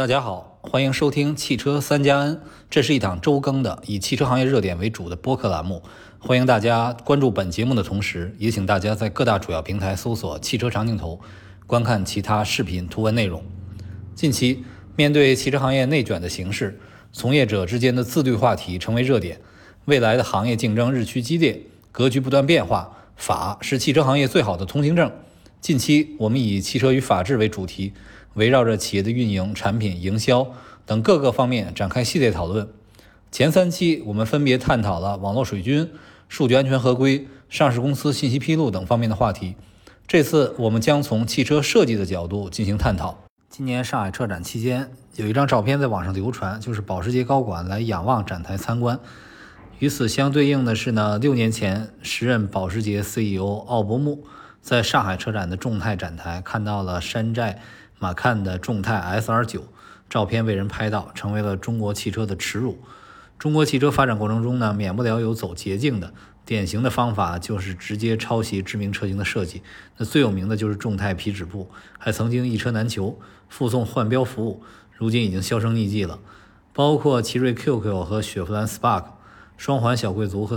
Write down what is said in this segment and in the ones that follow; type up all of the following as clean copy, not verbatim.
大家好，欢迎收听汽车三加 N， 这是一档周更的以汽车行业热点为主的播客栏目。欢迎大家关注本节目的同时，也请大家在各大主要平台搜索汽车长镜头，观看其他视频图文内容。近期面对汽车行业内卷的形势，从业者之间的自律话题成为热点。未来的行业竞争日趋激烈，格局不断变化，法是汽车行业最好的通行证。近期我们以汽车与法治为主题，围绕着企业的运营、产品、营销等各个方面展开系列讨论。前3期我们分别探讨了网络水军、数据安全合规、上市公司信息披露等方面的话题。这次我们将从汽车设计的角度进行探讨。今年上海车展期间，有一张照片在网上流传，就是保时捷高管来仰望展台参观。与此相对应的是呢，6年前时任保时捷 CEO 奥伯穆在上海车展的众泰展台看到了山寨马看的众泰 SR9， 照片被人拍到，成为了中国汽车的耻辱。中国汽车发展过程中呢，免不了有走捷径的，典型的方法就是直接抄袭知名车型的设计。那最有名的就是众泰皮质部，还曾经一车难求，附送换标服务，如今已经销声匿迹了。包括奇瑞 QQ 和雪佛兰 Spark， 双环小贵族和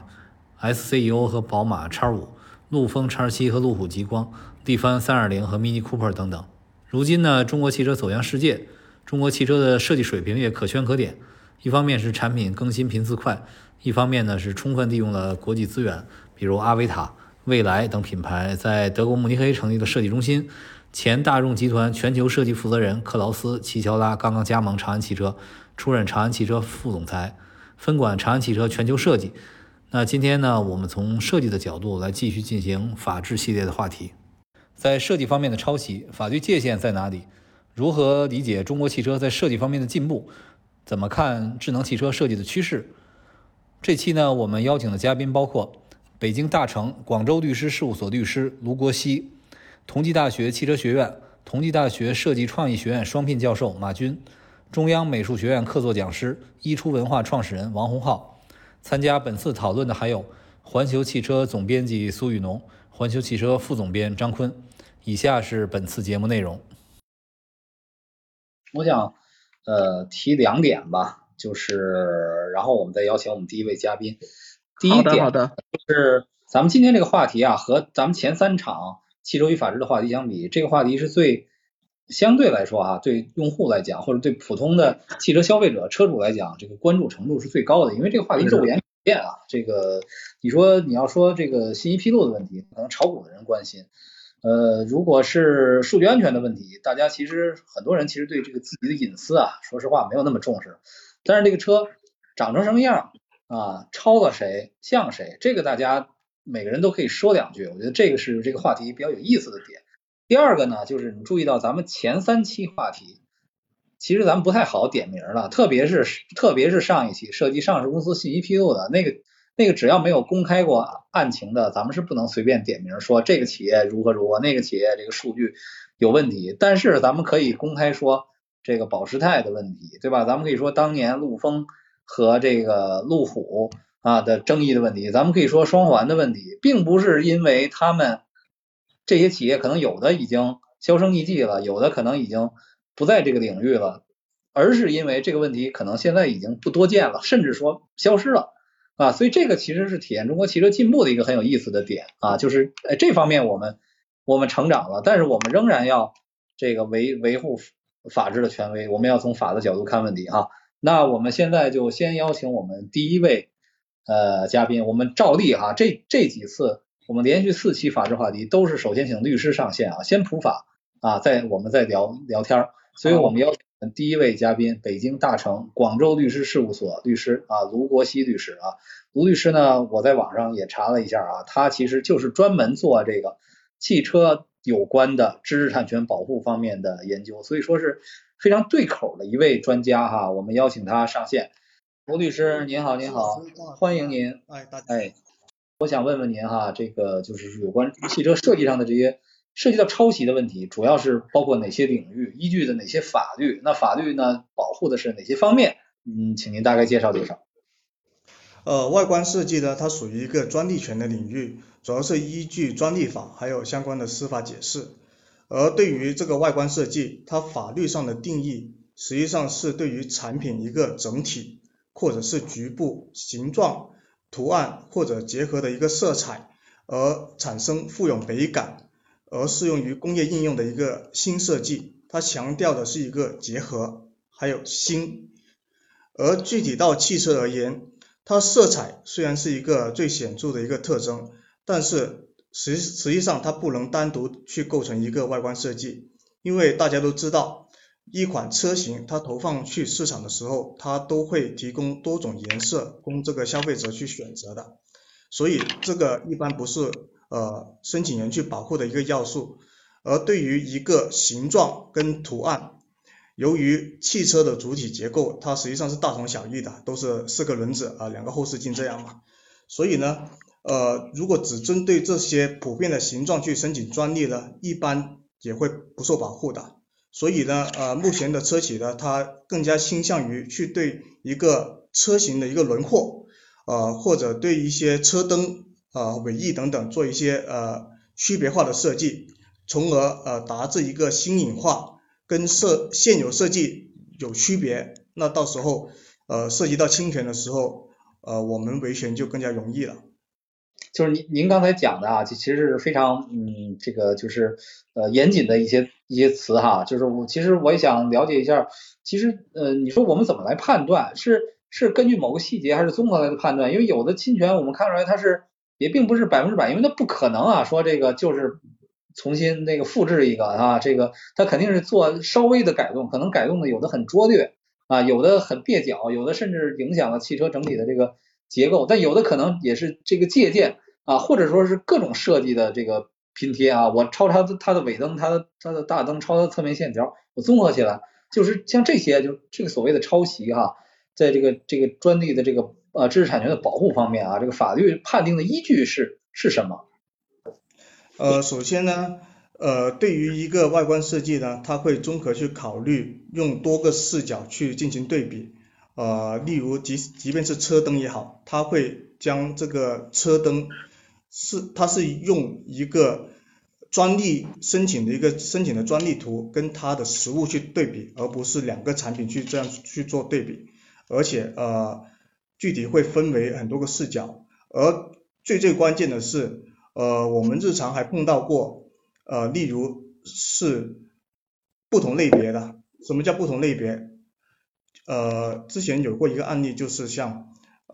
Smart，SCEO 和宝马 X5， 陆风 X7 和路虎极光，力帆320和 Mini Cooper 等等。如今呢，中国汽车走向世界，中国汽车的设计水平也可圈可点。一方面是产品更新频次快，一方面呢是充分利用了国际资源，比如阿维塔、蔚来等品牌在德国慕尼黑成立的设计中心。前大众集团全球设计负责人克劳斯·齐乔拉刚刚加盟长安汽车，出任长安汽车副总裁，分管长安汽车全球设计。那今天呢，我们从设计的角度来继续进行法治系列的话题。在设计方面的抄袭，法律界限在哪里？如何理解中国汽车在设计方面的进步？怎么看智能汽车设计的趋势？这期呢，我们邀请的嘉宾包括北京大成广州律师事务所律师卢国熙，同济大学汽车学院、同济大学设计创意学院双聘教授马军，中央美术学院客座讲师、一出文化创始人王洪浩。参加本次讨论的还有环球汽车总编辑苏雨农、环球汽车副总编张坤。以下是本次节目内容。我想提2点吧，就是然后我们再邀请我们第一位嘉宾。第一点就是咱们今天这个话题啊，和咱们前3场汽车与法治的话题相比，这个话题是相对来说啊，对用户来讲，或者对普通的汽车消费者、车主来讲，这个关注程度是最高的，因为这个话题肉眼可见啊。这个你要说这个信息披露的问题，可能炒股的人关心。如果是数据安全的问题，大家很多人其实对这个自己的隐私啊，说实话没有那么重视。但是这个车长成什么样啊，抄了谁，像谁，这个大家每个人都可以说2句。我觉得这个是这个话题比较有意思的点。第二个呢，就是你注意到咱们前3期话题，其实咱们不太好点名了，特别是上一期涉及上市公司信息披露的那个只要没有公开过案情的，咱们是不能随便点名说这个企业如何，那个企业这个数据有问题。但是咱们可以公开说这个保时泰的问题，对吧？咱们可以说当年陆风和这个路虎的争议的问题，咱们可以说双环的问题，并不是因为他们这些企业可能有的已经销声匿迹了，有的可能已经不在这个领域了，而是因为这个问题可能现在已经不多见了，甚至说消失了。所以这个其实是体现中国汽车进步的一个很有意思的点啊，就是这方面我们成长了，但是我们仍然要这个维护法治的权威，我们要从法的角度看问题啊。那我们现在就先邀请我们第一位嘉宾，我们照例哈，这几次我们连续4期法治话题都是首先请律师上线啊，先普法啊，我们再聊天，所以我们邀请第一位嘉宾，北京大成广州律师事务所律师卢国熙律师啊。卢律师呢，我在网上也查了一下啊，他其实就是专门做这个汽车有关的知识产权保护方面的研究，所以说是非常对口的一位专家哈。我们邀请他上线。卢律师您好，欢迎您。我想问问您哈，这个就是有关汽车设计上的这些涉及到抄袭的问题，主要是包括哪些领域，依据的哪些法律？那法律呢，保护的是哪些方面？请您大概介绍介绍。 外观设计呢，它属于一个专利权的领域，主要是依据专利法还有相关的司法解释。而对于这个外观设计，它法律上的定义实际上是对于产品一个整体或者是局部形状、图案或者结合的一个色彩而产生富有美感，而适用于工业应用的一个新设计。它强调的是一个结合，还有新。而具体到汽车而言，它色彩虽然是一个最显著的一个特征，但是实际上它不能单独去构成一个外观设计，因为大家都知道，一款车型它投放去市场的时候，它都会提供多种颜色供这个消费者去选择的，所以这个一般不是申请人去保护的一个要素。而对于一个形状跟图案，由于汽车的主体结构它实际上是大同小异的，都是4个轮子2个后视镜这样嘛，所以呢如果只针对这些普遍的形状去申请专利呢，一般也会不受保护的。所以呢目前的车企呢，它更加倾向于去对一个车型的一个轮廓或者对一些车灯尾翼等等做一些区别化的设计，从而达至一个新颖化，跟现有设计有区别，那到时候涉及到侵权的时候我们维权就更加容易了。 就是您刚才讲的啊，其实是非常这个就是严谨的一些词哈，就是其实我也想了解一下，其实你说我们怎么来判断，是根据某个细节还是综合来的判断？因为有的侵权我们看出来它是也并不是100%，因为它不可能啊说这个就是重新那个复制一个啊，这个它肯定是做稍微的改动，可能改动的有的很拙劣啊，有的很蹩脚，有的甚至影响了汽车整体的这个结构，但有的可能也是这个借鉴啊，或者说是各种设计的这个拼贴啊，我抄它的尾灯，它的大灯，抄它的侧面线条，我综合起来，就是像这些，就这个所谓的抄袭哈，在这个专利的这个知识产权的保护方面啊，这个法律判定的依据是什么？ 首先呢对于一个外观设计呢，它会综合去考虑，用多个视角去进行对比。例如即便是车灯也好，它会将这个车灯它是用一个专利申请的专利图跟它的实物去对比，而不是2个产品去这样去做对比，而且具体会分为很多个视角。而最关键的是我们日常还碰到过例如是不同类别的。什么叫不同类别？之前有过一个案例，就是像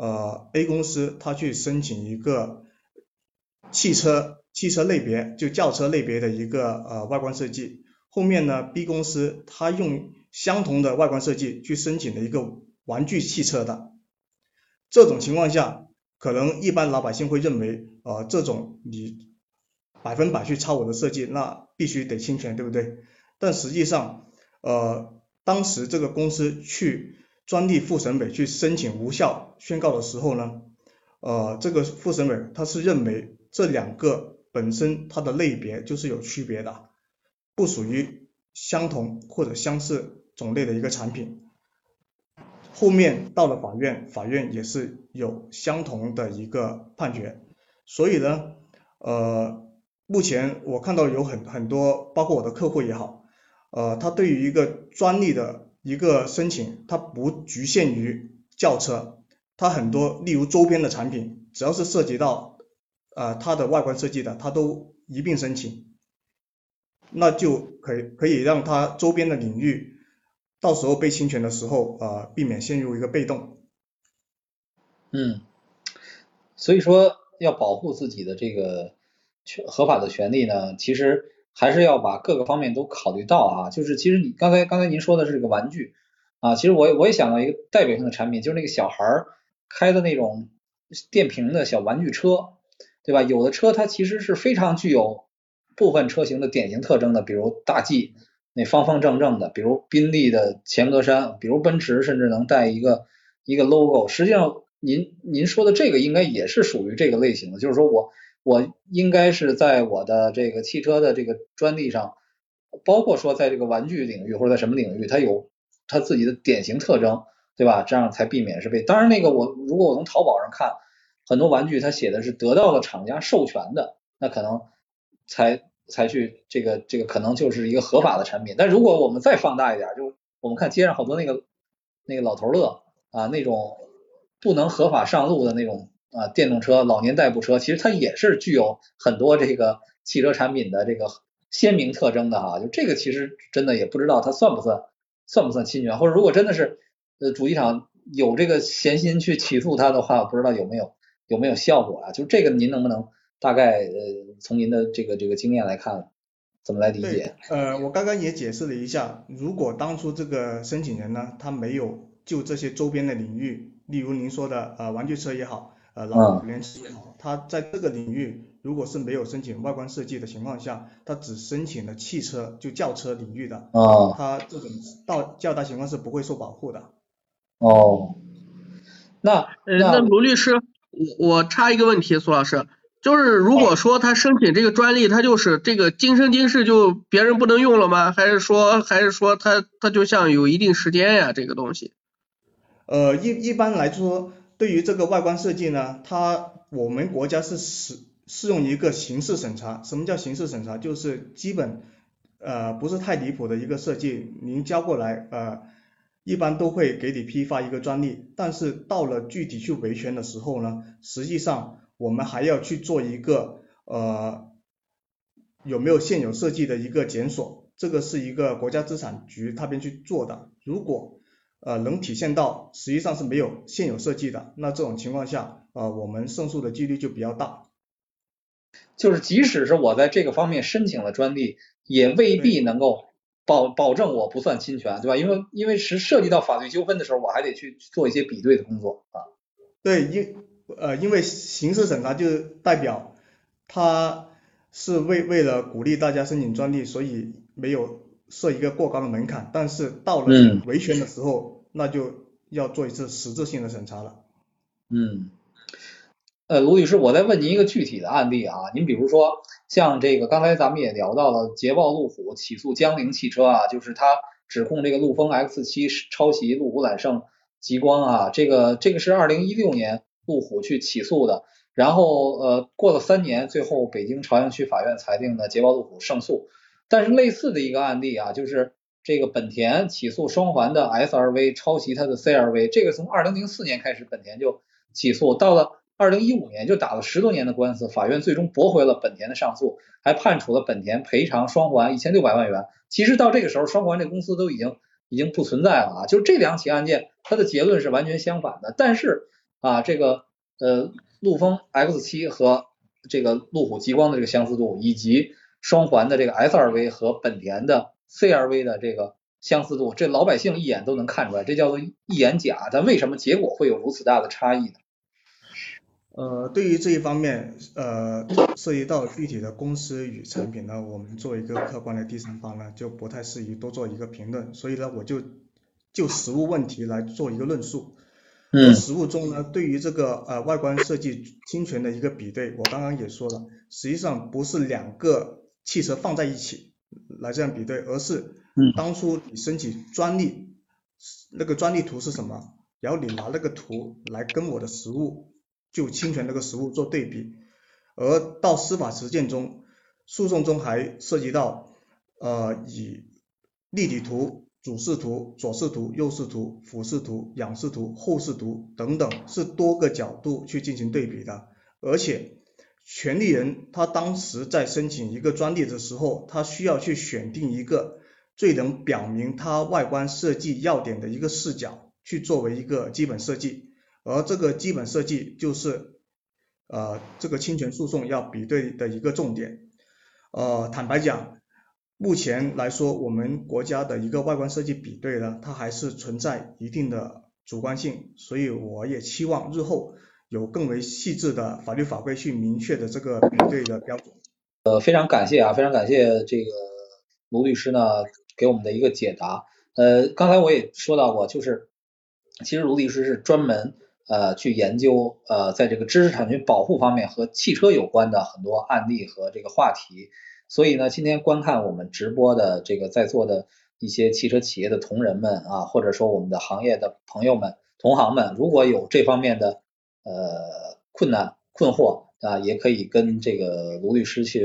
A 公司它去申请一个汽车类别，就轿车类别的一个外观设计，后面呢 B 公司它用相同的外观设计去申请了一个玩具汽车的。这种情况下，可能一般老百姓会认为这种你100%去抄我的设计，那必须得侵权，对不对？但实际上当时这个公司去专利复审委去申请无效宣告的时候呢这个复审委他是认为这2个本身它的类别就是有区别的，不属于相同或者相似种类的一个产品。后面到了法院，法院也是有相同的一个判决。所以呢目前我看到有很多包括我的客户也好他对于一个专利的一个申请，它不局限于轿车，它很多例如周边的产品，只要是涉及到它的外观设计的，它都一并申请，那就可以让它周边的领域到时候被侵权的时候避免陷入一个被动。 所以说要保护自己的这个合法的权利呢，其实还是要把各个方面都考虑到啊。就是其实你刚才您说的是这个玩具啊，其实我也想到一个代表性的产品，就是那个小孩开的那种电瓶的小玩具车，对吧？有的车它其实是非常具有部分车型的典型特征的，比如大 G 那方方正正的，比如宾利的前格栅，比如奔驰甚至能带一个 logo。实际上您说的这个应该也是属于这个类型的，就是说我应该是在我的这个汽车的这个专利上，包括说在这个玩具领域或者在什么领域，它有它自己的典型特征，对吧？这样才避免是被。当然那个如果我从淘宝上看很多玩具，它写的是得到了厂家授权的，那可能才去这个可能就是一个合法的产品。但如果我们再放大一点，就我们看街上好多那个老头乐啊，那种不能合法上路的那种电动车、老年代步车，其实它也是具有很多这个汽车产品的这个鲜明特征的哈。就这个其实真的也不知道它算不算侵权，或者如果真的是主机厂有这个闲心去起诉它的话，不知道有没有效果啊？就这个您能不能大概从您的这个经验来看，怎么来理对， 解？ 我刚刚也解释了一下，如果当初这个申请人呢，他没有就这些周边的领域，例如您说的玩具车也好，老嗯年车也好，他在这个领域如果是没有申请外观设计的情况下，他只申请了汽车就轿车领域的， 哦他这种较大情况是不会受保护的。 哦，那那那卢律师，我插一个问题，苏老师，就是如果说他申请这个专利，他就是这个今生今世就别人不能用了吗？还是说他就像有一定时间呀，这个东西？ 一般来说，对于这个外观设计呢，我们国家是适用一个形式审查。什么叫形式审查？就是基本不是太离谱的一个设计，您交过来一般都会给你批发一个专利。但是到了具体去维权的时候呢，实际上我们还要去做一个有没有现有设计的一个检索，这个是一个国家资产局那边去做的。如果能体现到实际上是没有现有设计的，那这种情况下我们胜诉的几率就比较大。 就是即使是我在这个方面申请了专利，也未必对能够保证我不算侵权，对吧？因为涉及到法律纠纷的时候，我还得去做一些比对的工作啊。 对，因为刑事审查就代表他是为了鼓励大家申请专利，所以没有设一个过高的门槛，但是到了嗯维权的时候，那就要做一次实质性的审查了。 嗯。卢律师，我再问您一个具体的案例啊，您比如说像这个刚才咱们也聊到了捷豹路虎起诉江铃汽车啊，就是他指控这个陆风 X7抄袭路虎揽胜极光啊，这个是2016年路虎去起诉的，然后过了3年，最后北京朝阳区法院裁定的捷豹路虎胜诉。但是类似的一个案例啊，就是这个本田起诉双环的 SRV 抄袭它的 CRV，这个从2004年开始本田就起诉，到了2015年就打了10多年的官司，法院最终驳回了本田的上诉，还判处了本田赔偿双环1600万元。其实到这个时候，双环这公司都已经不存在了啊。就这两起案件，它的结论是完全相反的。但是啊，这个陆风 X7和这个路虎极光的这个相似度，以及双环的这个 SRV 和本田的 CRV 的这个相似度，这老百姓一眼都能看出来，这叫做一眼假。但为什么结果会有如此大的差异呢？ 对于这一方面，涉及到具体的公司与产品呢，我们作为一个客观的第三方呢，就不太适宜多做一个评论，所以呢，我就实物问题来做一个论述。而实物中呢，对于这个外观设计侵权的一个比对，我刚刚也说了，实际上不是两个汽车放在一起来这样比对，而是当初你申请专利，那个专利图是什么，然后你拿那个图来跟我的实物就侵权那个实物做对比，而到司法实践中，诉讼中还涉及到以立体图、主视图、左视图、右视图、俯视图、仰视图、后视图等等，是多个角度去进行对比的。而且权利人他当时在申请一个专利的时候，他需要去选定一个最能表明他外观设计要点的一个视角，去作为一个基本设计。而这个基本设计就是这个侵权诉讼要比对的一个重点。坦白讲，目前来说，我们国家的一个外观设计比对呢，它还是存在一定的主观性，所以我也期望日后有更为细致的法律法规去明确的这个比对的标准。 非常感谢啊，非常感谢这个卢律师呢给我们的一个解答。刚才我也说到过，就是其实卢律师是专门去研究在这个知识产权保护方面和汽车有关的很多案例和这个话题。所以呢，今天观看我们直播的这个在座的一些汽车企业的同仁们啊，或者说我们的行业的朋友们、同行们，如果有这方面的困难、困惑啊，也可以跟这个卢律师去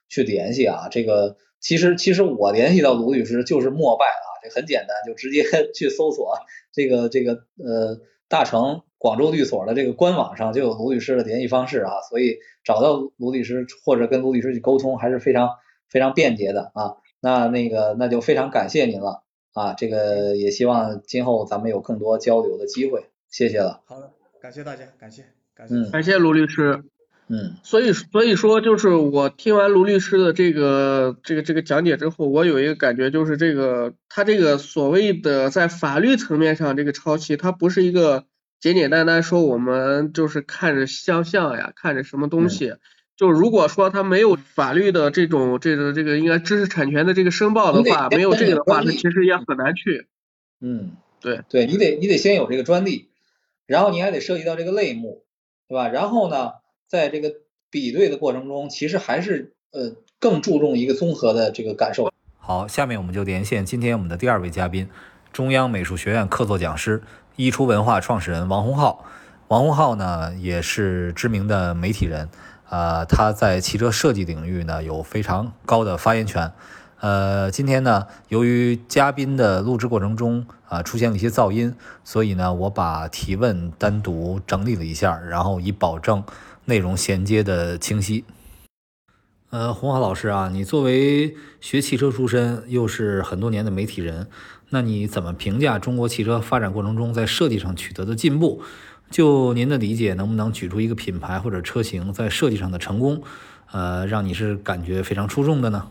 去联系啊。这个其实我联系到卢律师就是陌拜啊，这很简单，就直接去搜索这个大成广州律所的这个官网上就有卢律师的联系方式啊，所以找到卢律师或者跟卢律师去沟通还是非常非常便捷的啊。那就非常感谢您了啊，这个也希望今后咱们有更多交流的机会，谢谢了。 好的，感谢大家，感谢。 感谢卢律师。所以说就是我听完卢律师的这个讲解之后，我有一个感觉，就是他这个所谓的在法律层面上这个抄袭，它不是一个简简单单说我们就是看着相像呀，看着什么东西，就如果说他没有法律的这个应该知识产权的这个申报的话，没有这个的话，他其实也很难去。对， 你得先有这个专利，然后你还得涉及到这个类目，对吧？然后呢，在这个比对的过程中，其实还是更注重一个综合的这个感受。 好，下面我们就连线今天我们的第2位嘉宾，中央美术学院客座讲师、一出文化创始人王洪浩。王洪浩呢也是知名的媒体人，他在汽车设计领域呢有非常高的发言权。今天呢，由于嘉宾的录制过程中出现了一些噪音，所以呢，我把提问单独整理了一下，然后以保证内容衔接的清晰。洪浩老师啊，你作为学汽车出身，又是很多年的媒体人，那你怎么评价中国汽车发展过程中在设计上取得的进步？就您的理解，能不能举出一个品牌或者车型在设计上的成功，让你是感觉非常出众的呢？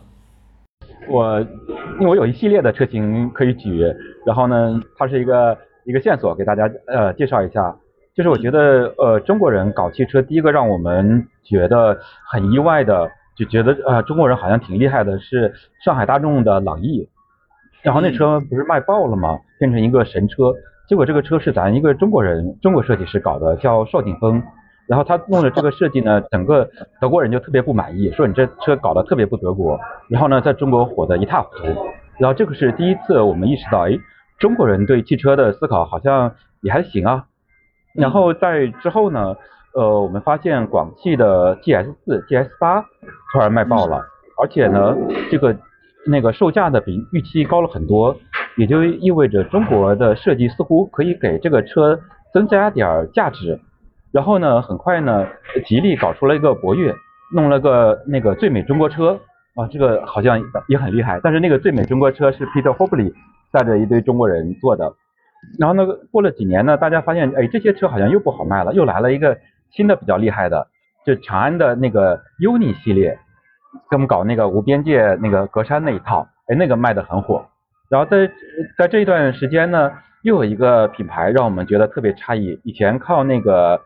因为我有一系列的车型可以举，然后呢，它是一个线索给大家介绍一下。就是我觉得中国人搞汽车，第一个让我们觉得很意外的，就觉得中国人好像挺厉害的，是上海大众的朗逸。然后那车不是卖爆了吗？变成一个神车。结果这个车是咱一个中国设计师搞的，叫邵景峰。然后他弄的这个设计呢，整个德国人就特别不满意，说你这车搞得特别不德国。然后呢，在中国火得一塌糊涂。然后这个是第一次我们意识到，中国人对汽车的思考好像也还行啊。然后在之后呢，我们发现广汽的 GS4、GS8 突然卖爆了，而且呢，那个售价的比预期高了很多，也就意味着中国的设计似乎可以给这个车增加点价值。然后呢，很快呢，吉利搞出了一个博越，弄了个那个最美中国车啊，这个好像也很厉害。但是那个最美中国车是 Peter Hobley 带着一堆中国人做的。然后呢，过了几年呢，大家发现，这些车好像又不好卖了，又来了一个新的比较厉害的，就长安的那个 UNI 系列，跟我们搞那个无边界那个格栅那一套，那个卖得很火。然后在这一段时间呢，又有一个品牌让我们觉得特别诧异，以前靠那个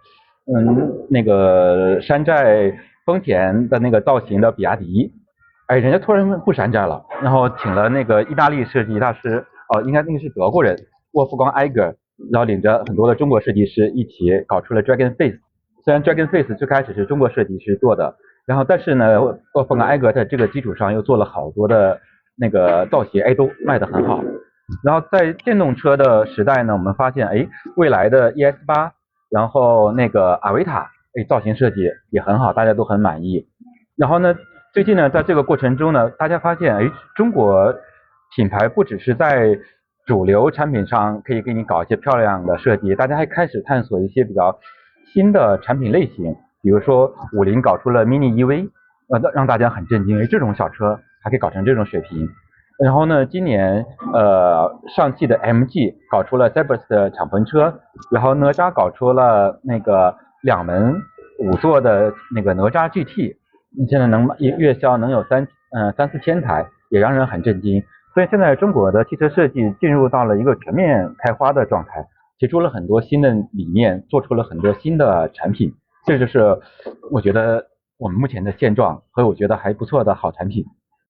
山寨丰田的那个造型的比亚迪，人家突然不山寨了，然后请了那个意大利设计大师，应该那个是德国人沃夫冈埃格，然后领着很多的中国设计师一起搞出了 Dragon Face。虽然 Dragon Face 最开始是中国设计师做的，然后但是呢，沃夫冈埃格在这个基础上又做了好多的那个造型，都卖得很好。然后在电动车的时代呢，我们发现未来的 ES8， 然后那个阿维塔，造型设计也很好，大家都很满意。然后呢，最近呢，在这个过程中呢，大家发现中国品牌不只是在主流产品上可以给你搞一些漂亮的设计，大家还开始探索一些比较新的产品类型，比如说50搞出了 Mini EV， 让大家很震惊，这种小车还可以搞成这种水平。然后呢，今年上汽的 MG 搞出了 Cerberus 的敞篷车，然后哪吒搞出了那个2门5座的那个哪吒 GT， 现在月销能有3-4千台，也让人很震惊。所以现在中国的汽车设计进入到了一个全面开花的状态，提出了很多新的理念，做出了很多新的产品，这就是我觉得我们目前的现状和我觉得还不错的好产品。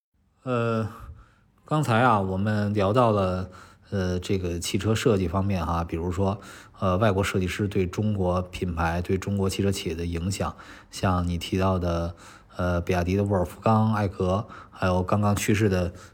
刚才我们聊到了这个汽车设计方面比如说外国设计师对中国品牌、对中国汽车企业的影响，像你提到的比亚迪的沃尔夫冈·艾格，还有刚刚去世的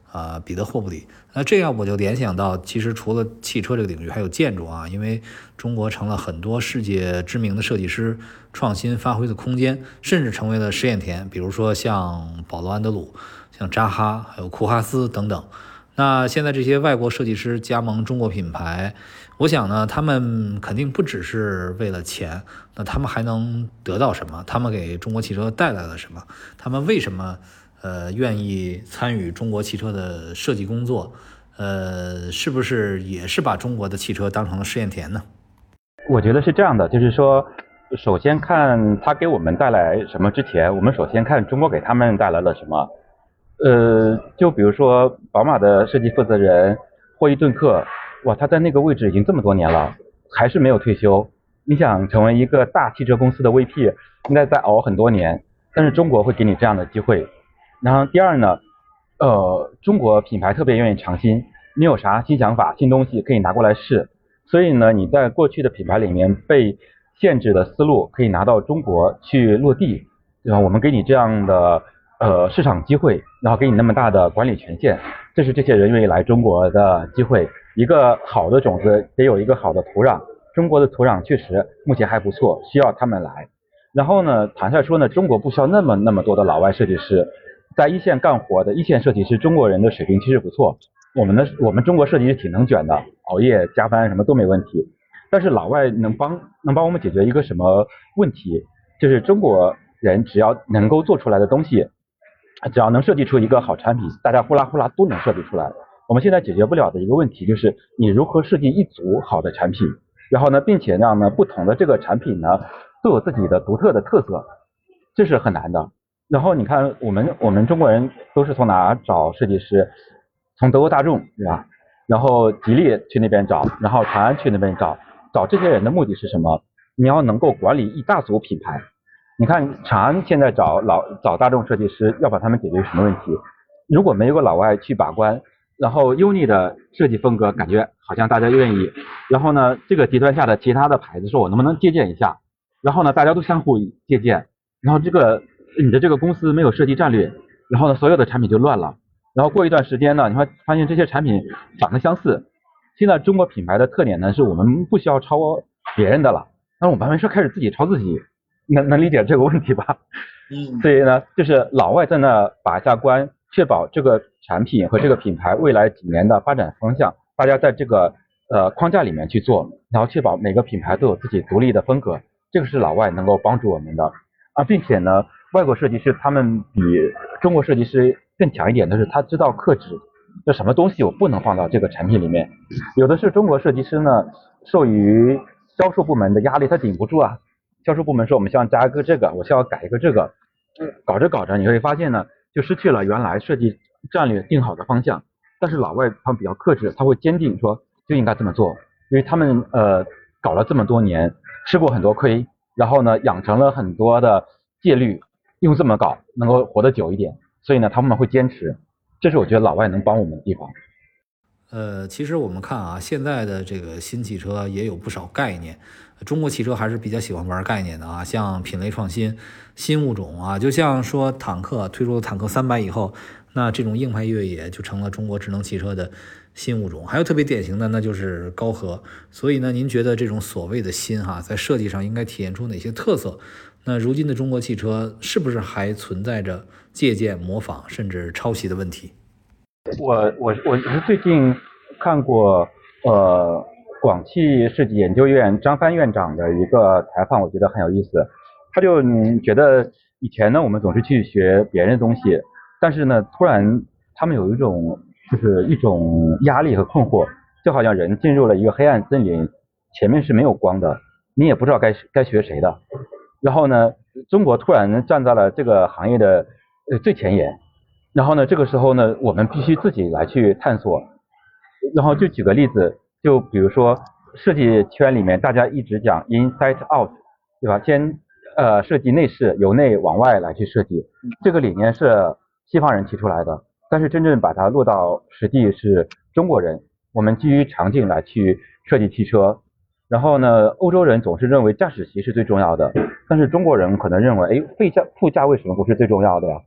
彼得霍布里。那这样我就联想到，其实除了汽车这个领域，还有建筑啊，因为中国成了很多世界知名的设计师创新发挥的空间，甚至成为了实验田，比如说像保罗·安德鲁、像扎哈，还有库哈斯等等。那现在这些外国设计师加盟中国品牌，我想呢，他们肯定不只是为了钱，那他们还能得到什么？他们给中国汽车带来了什么？他们为什么愿意参与中国汽车的设计工作？是不是也是把中国的汽车当成了试验田呢？ 我觉得是这样的，就是说，首先看他给我们带来什么之前，我们首先看中国给他们带来了什么。就比如说宝马的设计负责人霍伊顿克，哇，他在那个位置已经这么多年了，还是没有退休。你想成为一个大汽车公司的 VP， 应该再熬很多年，但是中国会给你这样的机会。然后第二呢，中国品牌特别愿意尝新，你有啥新想法、新东西可以拿过来试。所以呢，你在过去的品牌里面被限制的思路可以拿到中国去落地，对吧？我们给你这样的市场机会，然后给你那么大的管理权限，这是这些人愿意来中国的机会。一个好的种子得有一个好的土壤，中国的土壤确实目前还不错，需要他们来。然后呢，坦率说呢，中国不需要那么多的老外设计师，在一线干活的一线设计师，中国人的水平其实不错。我们中国设计师挺能卷的，熬夜加班什么都没问题。但是老外能帮我们解决一个什么问题？就是中国人只要能够做出来的东西，只要能设计出一个好产品，大家呼啦呼啦都能设计出来。我们现在解决不了的一个问题就是你如何设计一组好的产品，然后呢，并且让呢不同的这个产品呢都有自己的独特的特色，这是很难的。然后你看我们中国人都是从哪找设计师？从德国大众，对吧？然后吉利去那边找，然后长安去那边找这些人的目的是什么？你要能够管理一大组品牌。你看长安现在找大众设计师，要把他们解决什么问题？如果没有个老外去把关，然后优尼的设计风格感觉好像大家愿意，然后呢，这个集团下的其他的牌子说我能不能借鉴一下？然后呢，大家都相互借鉴，然后你的这个公司没有设计战略，然后呢，所有的产品就乱了。然后过一段时间呢，你会发现这些产品长得相似。现在中国品牌的特点呢，是我们不需要抄别人的了，那我们没事开始自己抄自己，能理解这个问题吧？所以呢，就是老外在那把一下关，确保这个产品和这个品牌未来几年的发展方向，大家在这个框架里面去做，然后确保每个品牌都有自己独立的风格，这个是老外能够帮助我们的啊，并且呢，外国设计师他们比中国设计师更强一点的是，他知道克制，就什么东西我不能放到这个产品里面。有的是中国设计师呢，受于销售部门的压力，他顶不住啊。销售部门说我们希望加一个这个，我需要改一个这个，搞着你会发现呢，就失去了原来设计战略定好的方向。但是老外他们比较克制，他会坚定说就应该这么做，因为他们搞了这么多年，吃过很多亏，然后呢养成了很多的戒律，用这么搞能够活得久一点。所以呢，他们会坚持，这是我觉得老外能帮我们的地方。 其实我们看啊，现在的这个新汽车也有不少概念，中国汽车还是比较喜欢玩概念的啊，像品类创新、新物种啊，就像说坦克推出了坦克300以后，那这种硬派越野就成了中国智能汽车的新物种。还有特别典型的，那就是高和。所以呢，您觉得这种所谓的新在设计上应该体现出哪些特色？那如今的中国汽车是不是还存在着借鉴、模仿甚至抄袭的问题？ 我是最近看过广汽设计研究院张帆院长的一个采访，我觉得很有意思。他就觉得以前呢我们总是去学别人的东西，但是呢突然他们有一种压力和困惑，就好像人进入了一个黑暗森林，前面是没有光的，你也不知道该学谁的。然后呢，中国突然站在了这个行业的最前沿。然后呢，这个时候呢，我们必须自己来去探索。然后就举个例子，就比如说设计圈里面大家一直讲 inside out， 对吧？先设计内饰，由内往外来去设计，这个理念是西方人提出来的，但是真正把它落到实际是中国人。我们基于场景来去设计汽车。然后呢，欧洲人总是认为驾驶席是最重要的，但是中国人可能认为，副驾为什么不是最重要的呀？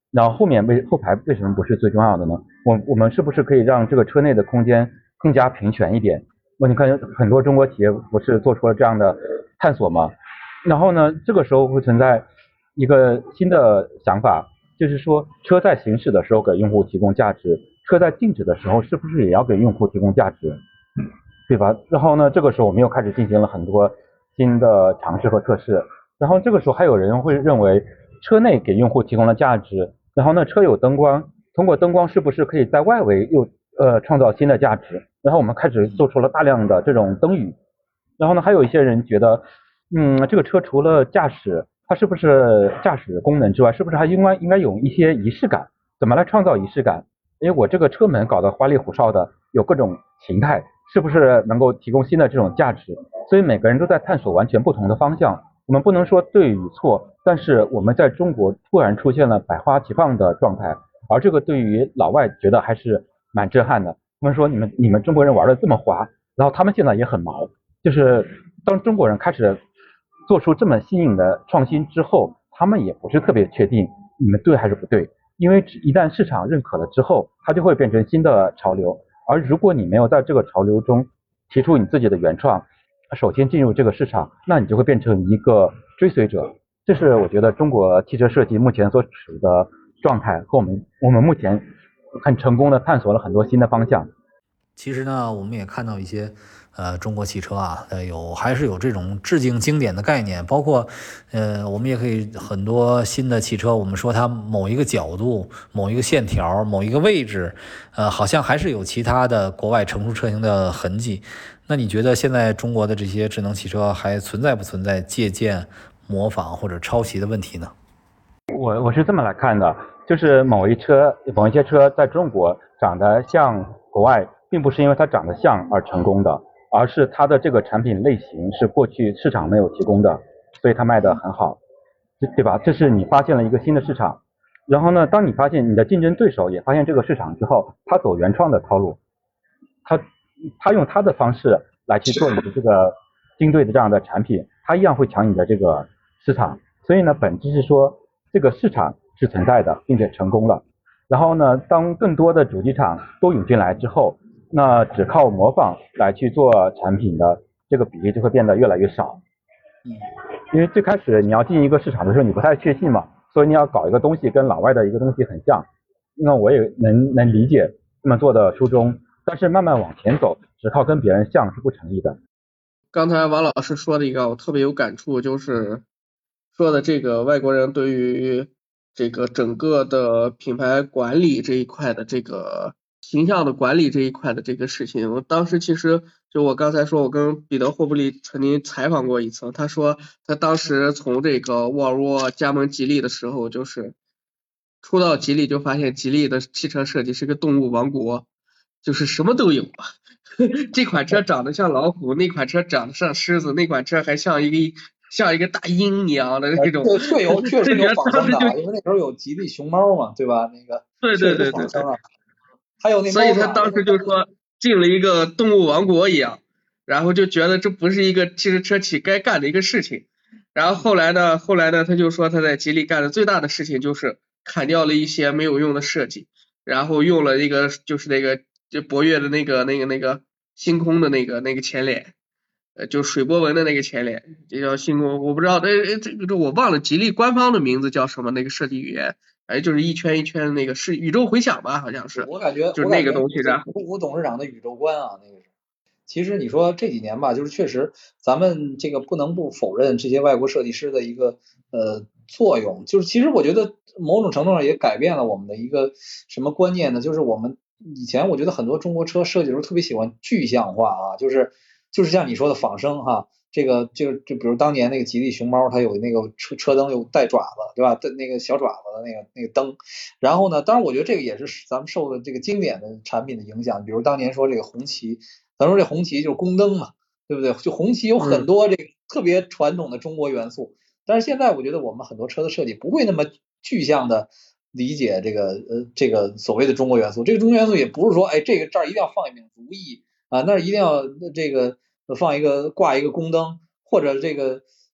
然后后排为什么不是最重要的呢？我们是不是可以让这个车内的空间更加平权一点？你看很多中国企业不是做出了这样的探索吗？然后呢，这个时候会存在一个新的想法，就是说车在行驶的时候给用户提供价值，车在静止的时候是不是也要给用户提供价值，对吧？然后呢，这个时候我们又开始进行了很多新的尝试和测试。然后这个时候还有人会认为，车内给用户提供了价值，然后呢，车有灯光，通过灯光是不是可以在外围又创造新的价值？然后我们开始做出了大量的这种灯语。然后呢，还有一些人觉得，这个车除了驾驶，它是不是驾驶功能之外，是不是还应该有一些仪式感？怎么来创造仪式感？因为我这个车门搞得花里胡哨的，有各种形态，是不是能够提供新的这种价值？所以每个人都在探索完全不同的方向。我们不能说对与错，但是我们在中国突然出现了百花齐放的状态，而这个对于老外觉得还是蛮震撼的。他们说你们中国人玩的这么滑，然后他们现在也很毛，就是当中国人开始做出这么新颖的创新之后，他们也不是特别确定你们对还是不对，因为一旦市场认可了之后，它就会变成新的潮流。而如果你没有在这个潮流中提出你自己的原创，首先进入这个市场，那你就会变成一个追随者。这是我觉得中国汽车设计目前所处的状态，和我们目前很成功的探索了很多新的方向。 其实呢，我们也看到一些中国汽车啊，还是有这种致敬经典的概念，包括我们也可以很多新的汽车，我们说它某一个角度、某一个线条、某一个位置，好像还是有其他的国外成熟车型的痕迹。那你觉得现在中国的这些智能汽车还存在不存在借鉴、模仿或者抄袭的问题呢？ 我是这么来看的，就是某一些车在中国长得像国外，并不是因为它长得像而成功的，而是它的这个产品类型是过去市场没有提供的，所以它卖得很好，对吧？这是你发现了一个新的市场。然后呢，当你发现你的竞争对手也发现这个市场之后，他走原创的套路，他用他的方式来去做你的这个精对的这样的产品，他一样会抢你的这个市场。所以呢，本质是说这个市场是存在的，并且成功了。然后呢，当更多的主机厂都涌进来之后，那只靠模仿来去做产品的这个比例就会变得越来越少。因为最开始你要进一个市场的时候，你不太确信嘛，所以你要搞一个东西跟老外的一个东西很像。那我也能理解这么做的初衷，但是慢慢往前走，只靠跟别人像是不成立的。 刚才王老师说的一个我特别有感触，就是说的这个外国人对于这个整个的品牌管理这一块的这个形象的管理这一块的这个事情，我当时其实就我刚才说，我跟彼得霍布利曾经采访过一次，他说他当时从这个沃尔沃加盟吉利的时候，就是初到吉利就发现吉利的汽车设计是个动物王国，就是什么都有啊。这款车长得像老虎，那款车长得像狮子，那款车还像一个大鹰一样的那种。 确实有仿生的，因为那时候有吉利熊猫嘛，对吧？那个对， 仿生啊，还有那所以他当时就说进了一个动物王国一样，然后就觉得这不是一个汽车车企该干的一个事情。然后后来呢，他就说他在吉利干的最大的事情就是砍掉了一些没有用的设计，然后用了一个就是那个就博越的那个星空的那个前脸，就水波纹的那个前脸，这叫星空，我不知道，这个我忘了吉利官方的名字叫什么那个设计语言，就是一圈一圈的那个是宇宙回响吧，好像是。 我感觉就是那个东西，然后吴董事长的宇宙观啊，那个是。其实你说这几年吧，就是确实咱们这个不能不否认这些外国设计师的一个作用，就是其实我觉得某种程度上也改变了我们的一个什么观念呢？就是我们以前我觉得很多中国车设计的时候特别喜欢具象化啊，就是像你说的仿生哈，这个就比如当年那个吉利熊猫，它有那个车灯有带爪子，对吧？那个小爪子的那个灯。然后呢，当然我觉得这个也是咱们受的这个经典的产品的影响，比如当年说这个红旗。咱说这红旗就是宫灯嘛，对不对？就红旗有很多这个特别传统的中国元素，但是现在我觉得我们很多车的设计不会那么具象的理解这个所谓的中国元素。这个中国元素也不是说这个这儿一定要放一柄如意啊，那儿一定要这个挂一个宫灯，或者这个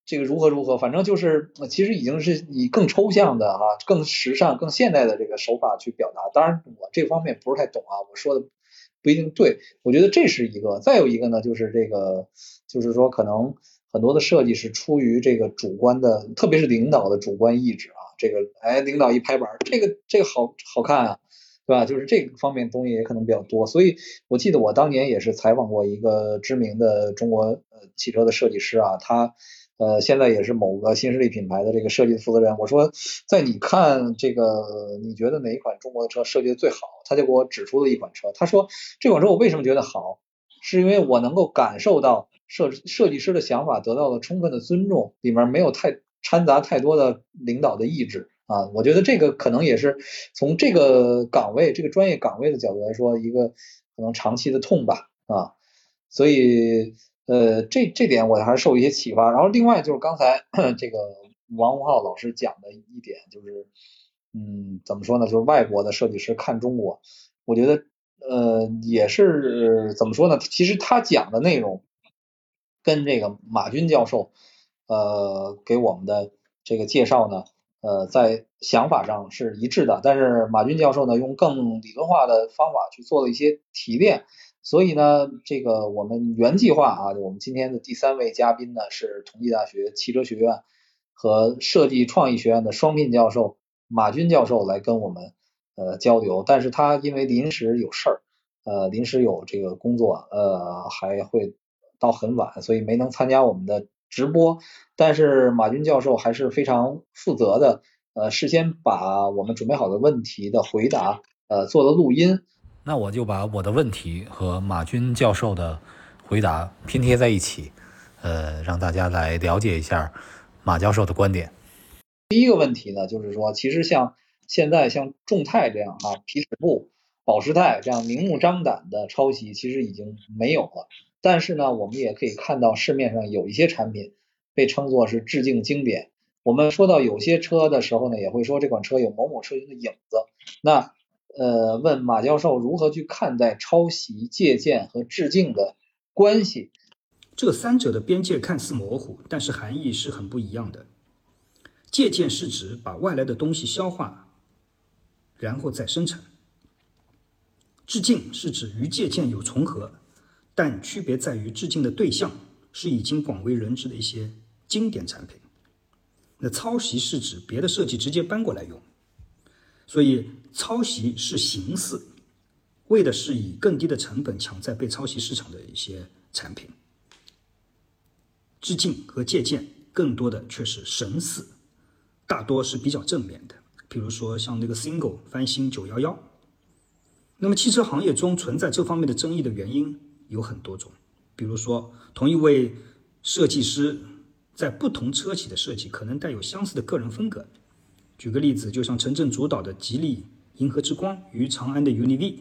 这个如何，反正就是其实已经是以更抽象的更时尚、更现代的这个手法去表达。当然我这方面不是太懂我说的不一定对。我觉得这是一个，再有一个呢，就是这个，就是说可能很多的设计是出于这个主观的，特别是领导的主观意志这个领导一拍板，这个好看对吧？就是这个方面东西也可能比较多。所以我记得我当年也是采访过一个知名的中国汽车的设计师他现在也是某个新势力品牌的这个设计负责人。我说，在你看这个，你觉得哪一款中国的车设计的最好？他就给我指出了一款车。他说，这款车我为什么觉得好，是因为我能够感受到设计师的想法得到了充分的尊重，里面没有掺杂太多的领导的意志我觉得这个可能也是从这个岗位、这个专业岗位的角度来说，一个可能长期的痛吧所以这点我还是受一些启发。然后另外就是刚才这个王洪浩老师讲的一点，就是怎么说呢，就是外国的设计师看中国，我觉得也是怎么说呢，其实他讲的内容跟这个马军教授给我们的这个介绍呢在想法上是一致的，但是马军教授呢用更理论化的方法去做了一些提炼。所以呢，这个我们原计划我们今天的第3位嘉宾呢是同济大学汽车学院和设计创意学院的双聘教授马军教授来跟我们交流，但是他因为临时有事儿，临时有这个工作，还会到很晚，所以没能参加我们的直播。但是马军教授还是非常负责的，事先把我们准备好的问题的回答做了录音。 那我就把我的问题和马军教授的回答拼贴在一起，让大家来了解一下马教授的观点。 第一个问题呢，就是说，其实像现在像众泰这样皮尺布、保时泰这样明目张胆的抄袭，其实已经没有了。但是呢，我们也可以看到市面上有一些产品被称作是致敬经典。我们说到有些车的时候呢，也会说这款车有某某车型的影子。那问马教授如何去看待抄袭、借鉴和致敬的关系？ 这三者的边界看似模糊，但是含义是很不一样的。借鉴是指把外来的东西消化，然后再生产；致敬是指与借鉴有重合，但区别在于致敬的对象是已经广为人知的一些经典产品。那抄袭是指别的设计直接搬过来用。所以抄袭是形式，为的是以更低的成本抢在被抄袭市场的一些产品。致敬和借鉴更多的却是神似，大多是比较正面的，比如说像那个 Single 翻新911。那么汽车行业中存在这方面的争议的原因有很多种，比如说同一位设计师在不同车企的设计可能带有相似的个人风格。举个例子，就像陈震主导的吉利银河之光与长安的 UNI-V，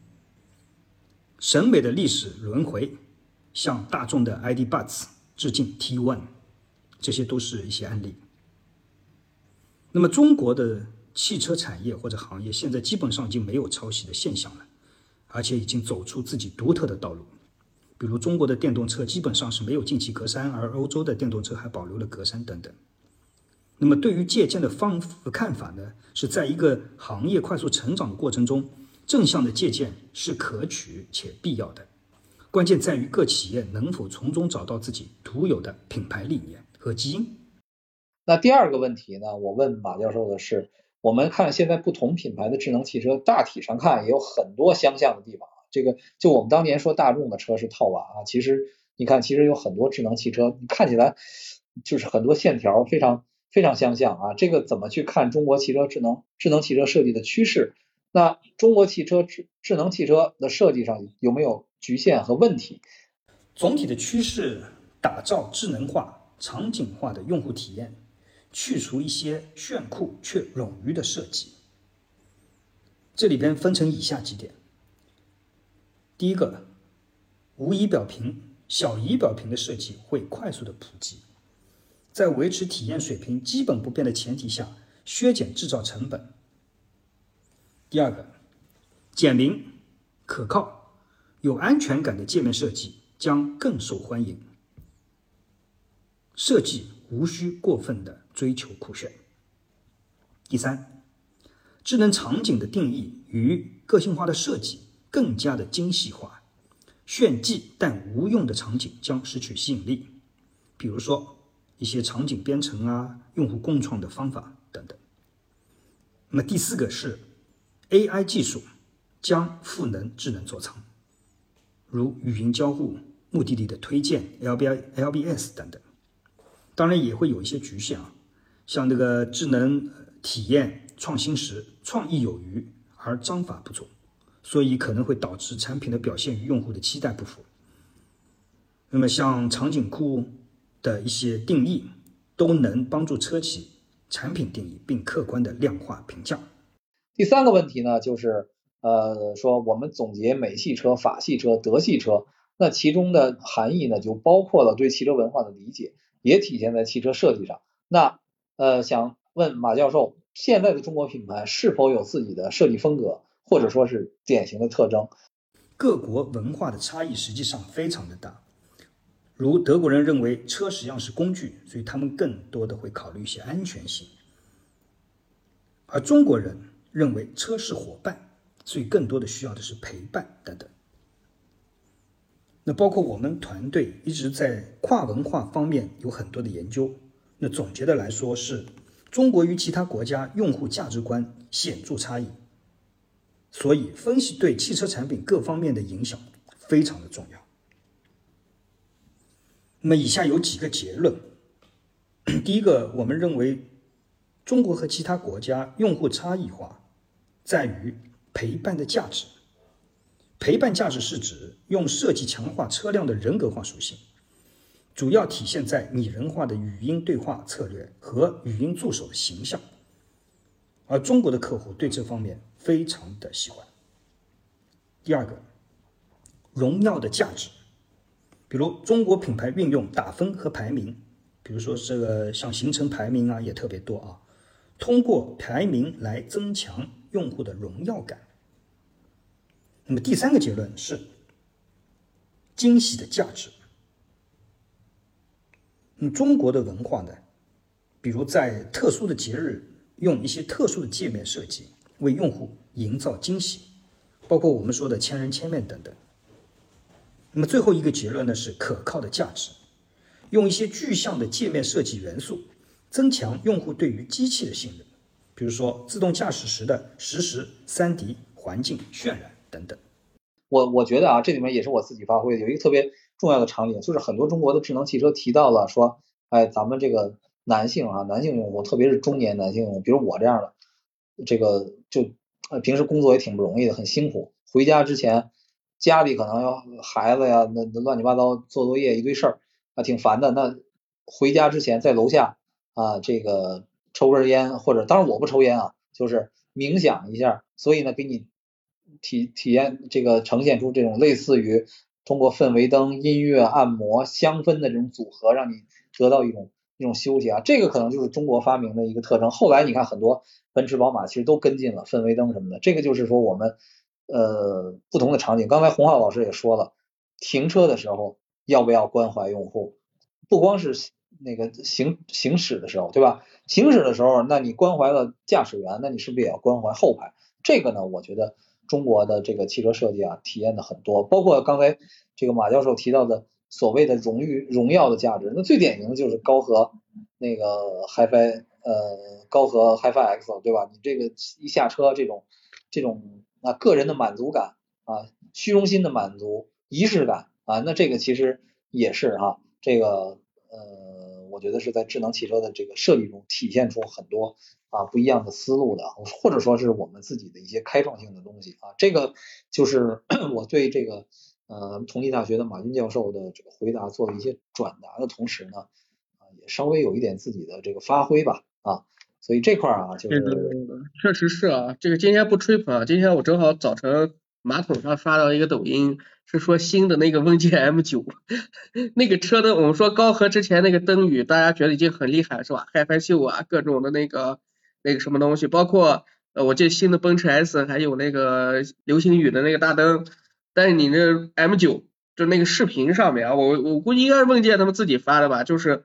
审美的历史轮回，向大众的 ID Buzz 致敬 T1， 这些都是一些案例。那么中国的汽车产业或者行业现在基本上已经没有抄袭的现象了，而且已经走出自己独特的道路。比如中国的电动车基本上是没有进气格栅，而欧洲的电动车还保留了格栅等等。那么对于借鉴的看法呢，是在一个行业快速成长的过程中，正向的借鉴是可取且必要的。关键在于各企业能否从中找到自己独有的品牌理念和基因。 那第二个问题呢，我问马教授的是，我们看现在不同品牌的智能汽车，大体上看也有很多相像的地方。这个就我们当年说大众的车是套娃其实你看，其实有很多智能汽车，看起来就是很多线条非常相像这个怎么去看中国汽车智能汽车设计的趋势？那中国汽车智能汽车的设计上有没有局限和问题？ 总体的趋势，打造智能化、场景化的用户体验，去除一些炫酷却冗余的设计。这里边分成以下几点。第一个，无仪表屏、小仪表屏的设计会快速的普及，在维持体验水平基本不变的前提下，削减制造成本。第二个，简明、可靠、有安全感的界面设计将更受欢迎。设计无需过分的追求酷炫。第三，智能场景的定义与个性化的设计更加的精细化，炫技但无用的场景将失去吸引力，比如说一些场景编程啊、用户共创的方法等等。那么第四个是 AI 技术将赋能智能座舱，如语音交互、目的地的推荐、LBS 等等。当然也会有一些局限啊，像这个智能体验创新时创意有余而章法不足，所以可能会导致产品的表现与用户的期待不符。那么像场景库的一些定义都能帮助车企产品定义并客观的量化评价。 第三个问题呢，就是说我们总结美系车、法系车、德系车，那其中的含义呢，就包括了对汽车文化的理解，也体现在汽车设计上。那想问马教授，现在的中国品牌是否有自己的设计风格，或者说是典型的特征？ 各国文化的差异实际上非常的大。如德国人认为车实际上是工具，所以他们更多的会考虑一些安全性，而中国人认为车是伙伴，所以更多的需要的是陪伴等等。那包括我们团队一直在跨文化方面有很多的研究，那总结的来说是中国与其他国家用户价值观显著差异，所以分析对汽车产品各方面的影响非常的重要。那么以下有几个结论。第一个，我们认为中国和其他国家用户差异化在于陪伴的价值。陪伴价值是指用设计强化车辆的人格化属性，主要体现在拟人化的语音对话策略和语音助手的形象，而中国的客户对这方面非常的喜欢。第二个，荣耀的价值，比如中国品牌运用打分和排名，比如说这个像行程排名啊也特别多啊，通过排名来增强用户的荣耀感。那么第三个结论是惊喜的价值。那么中国的文化呢，比如在特殊的节日用一些特殊的界面设计为用户营造惊喜，包括我们说的千人千面等等。那么最后一个结论呢是可靠的价值，用一些具象的界面设计元素增强用户对于机器的信任，比如说自动驾驶时的实时 3D 环境渲染等等。 我觉得啊，这里面也是我自己发挥的，有一个特别重要的场景，就是很多中国的智能汽车提到了说，哎，咱们这个男性用户，特别是中年男性用户，比如我这样的，这个就平时工作也挺不容易的，很辛苦，回家之前家里可能要孩子呀，那乱七八糟做作业一堆事儿啊，挺烦的。那回家之前在楼下啊，这个抽根烟，或者当然我不抽烟啊，就是冥想一下，所以呢，给你体验这个呈现出这种类似于通过氛围灯、音乐、按摩、香氛的这种组合，让你得到一种休息啊。这个可能就是中国发明的一个特征。后来你看很多奔驰、宝马其实都跟进了氛围灯什么的。这个就是说我们不同的场景。刚才洪浩老师也说了，停车的时候要不要关怀用户？不光是那个行驶的时候，对吧？行驶的时候，那你关怀了驾驶员，那你是不是也要关怀后排？这个呢，我觉得中国的这个汽车设计啊，体验的很多，包括刚才这个马教授提到的所谓的荣耀的价值，那最典型的就是高和那个 HiFi 高和 HiFi X， 对吧？你这个一下车这种个人的满足感啊，虚荣心的满足，仪式感啊，那这个其实也是这个我觉得是在智能汽车的这个设计中体现出很多不一样的思路的，或者说是我们自己的一些开创性的东西啊。这个就是我对这个同济大学的马军教授的这个回答做了一些转达的同时呢，也稍微有一点自己的这个发挥吧啊。所以这块就是确实是啊，这个今天不吹捧啊，今天我正好早晨马桶上刷到一个抖音，是说新的那个问界 M9 那个车灯，我们说高和之前那个灯语大家觉得已经很厉害是吧？HiFi秀啊，各种的那个什么东西，包括我记得新的奔驰 S 还有那个流星雨的那个大灯，但是你那 M9 就那个视频上面啊，我估计应该是问界他们自己发的吧，就是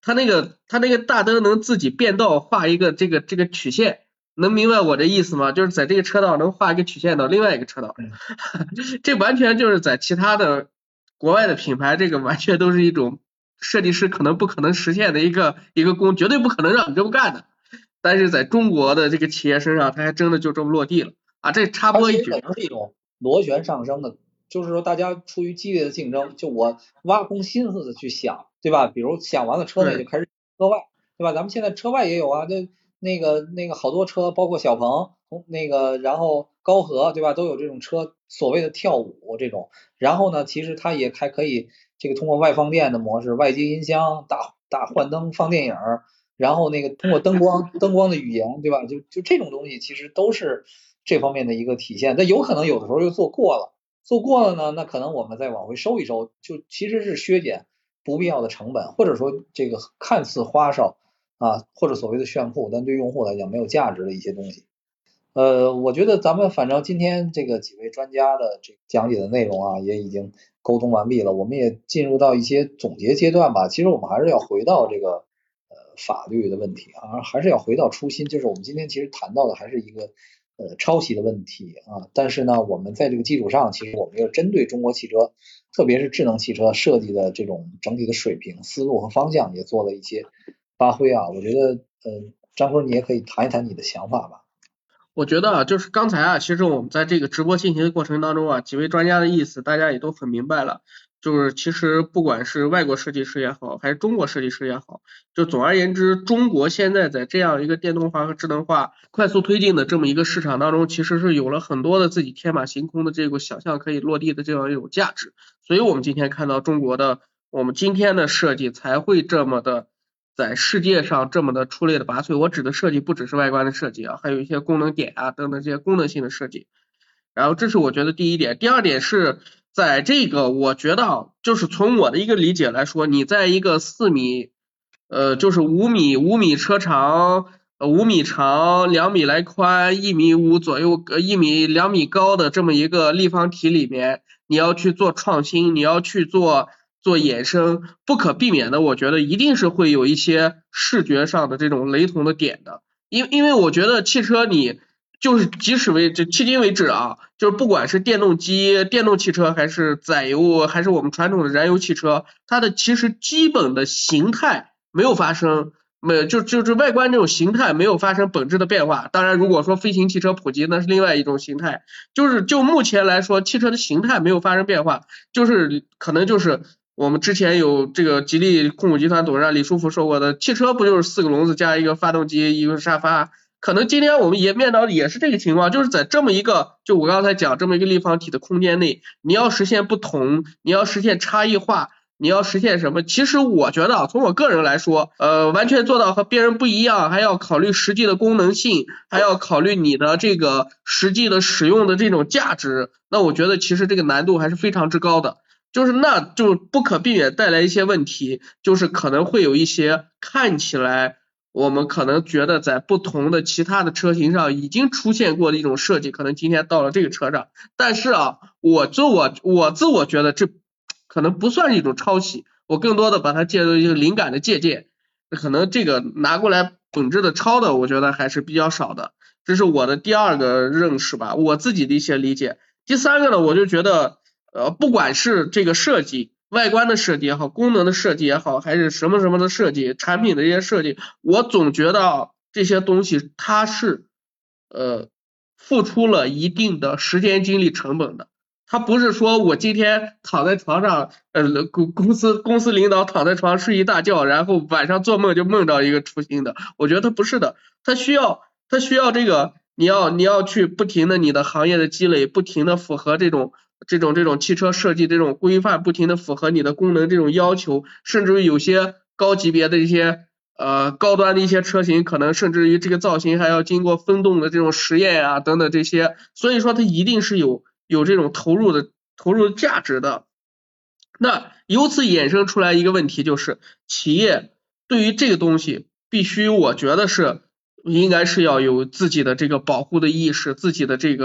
它那个大灯能自己变道画一个这个曲线，能明白我这意思吗？就是在这个车道能画一个曲线到另外一个车道，这完全就是在其他的国外的品牌，这个完全都是一种设计师可能不可能实现的一个绝对不可能让你这么干的。但是在中国的这个企业身上，它还真的就这么落地了啊！这插播一句， 它其实可能是一种螺旋上升的，就是说大家出于激烈的竞争，就我挖空心思的去想，对吧？比如想完了车内就开始车外，对吧？咱们现在车外也有啊，那个好多车，包括小鹏然后高和，对吧？都有这种车，所谓的跳舞这种。然后呢，其实它也还可以这个通过外放电的模式，外接音箱、大幻灯放电影。然后那个通过灯光的语言，对吧？就这种东西其实都是这方面的一个体现。但有可能有的时候又做过了呢，那可能我们再往回收一收，就其实是削减不必要的成本，或者说这个看似花哨啊，或者所谓的炫酷，但对用户来讲没有价值的一些东西。我觉得咱们反正今天这个几位专家的这个讲解的内容啊，也已经沟通完毕了，我们也进入到一些总结阶段吧。其实我们还是要回到这个法律的问题啊，还是要回到初心，就是我们今天其实谈到的还是一个抄袭的问题啊。但是呢，我们在这个基础上，其实我们要针对中国汽车，特别是智能汽车设计的这种整体的水平、思路和方向，也做了一些发挥啊。我觉得张坤你也可以谈一谈你的想法吧。 我觉得啊，就是刚才啊，其实我们在这个直播进行的过程当中啊，几位专家的意思大家也都很明白了。就是其实不管是外国设计师也好，还是中国设计师也好，就总而言之，中国现在在这样一个电动化和智能化快速推进的这么一个市场当中，其实是有了很多的自己天马行空的这个想象可以落地的这样一种价值。所以我们今天看到中国的我们今天的设计才会这么的在世界上这么的出类的拔萃。我指的设计不只是外观的设计啊，还有一些功能点啊等等这些功能性的设计。然后这是我觉得第一点。第二点是在这个我觉得就是从我的一个理解来说，你在一个4米就是5米车长5米长2米来宽1.5米左右1米2米高的这么一个立方体里面，你要去做创新，你要去做衍生，不可避免的我觉得一定是会有一些视觉上的这种雷同的点的。因为我觉得汽车你就是即使迄今为止啊，就是不管是电动机、电动汽车还是载油，还是我们传统的燃油汽车，它的其实基本的形态没有发生，就是外观这种形态没有发生本质的变化。当然，如果说飞行汽车普及，那是另外一种形态。就目前来说，汽车的形态没有发生变化，就是可能就是我们之前有这个吉利控股集团董事长李书福说过的，汽车不就是4个笼子加一个发动机一个沙发。可能今天我们也面到的也是这个情况，就是在这么一个就我刚才讲这么一个立方体的空间内，你要实现不同，你要实现差异化，你要实现什么？其实我觉得从我个人来说，完全做到和别人不一样，还要考虑实际的功能性，还要考虑你的这个实际的使用的这种价值，那我觉得其实这个难度还是非常之高的。就是那就不可避免带来一些问题，就是可能会有一些看起来我们可能觉得在不同的其他的车型上已经出现过的一种设计，可能今天到了这个车上，但是啊，我自我觉得这可能不算是一种抄袭，我更多的把它介入一个灵感的借鉴，可能这个拿过来本质的抄的，我觉得还是比较少的，这是我的第二个认识吧，我自己的一些理解。第三个呢，我就觉得不管是这个设计外观的设计也好，功能的设计也好，还是什么的设计，产品的这些设计，我总觉得这些东西它是付出了一定的时间精力成本的。它不是说我今天躺在床上公司领导躺在床上睡一大觉，然后晚上做梦就梦到一个雏形的，我觉得它不是的，它需要这个你要去不停的你的行业的积累，不停的符合这种汽车设计这种规范，不停的符合你的功能这种要求，甚至于有些高级别的一些高端的一些车型，可能甚至于这个造型还要经过分动的这种实验啊等等这些，所以说它一定是有这种投入的价值的。那由此衍生出来一个问题，就是企业对于这个东西必须我觉得是应该是要有自己的这个保护的意识，自己的这个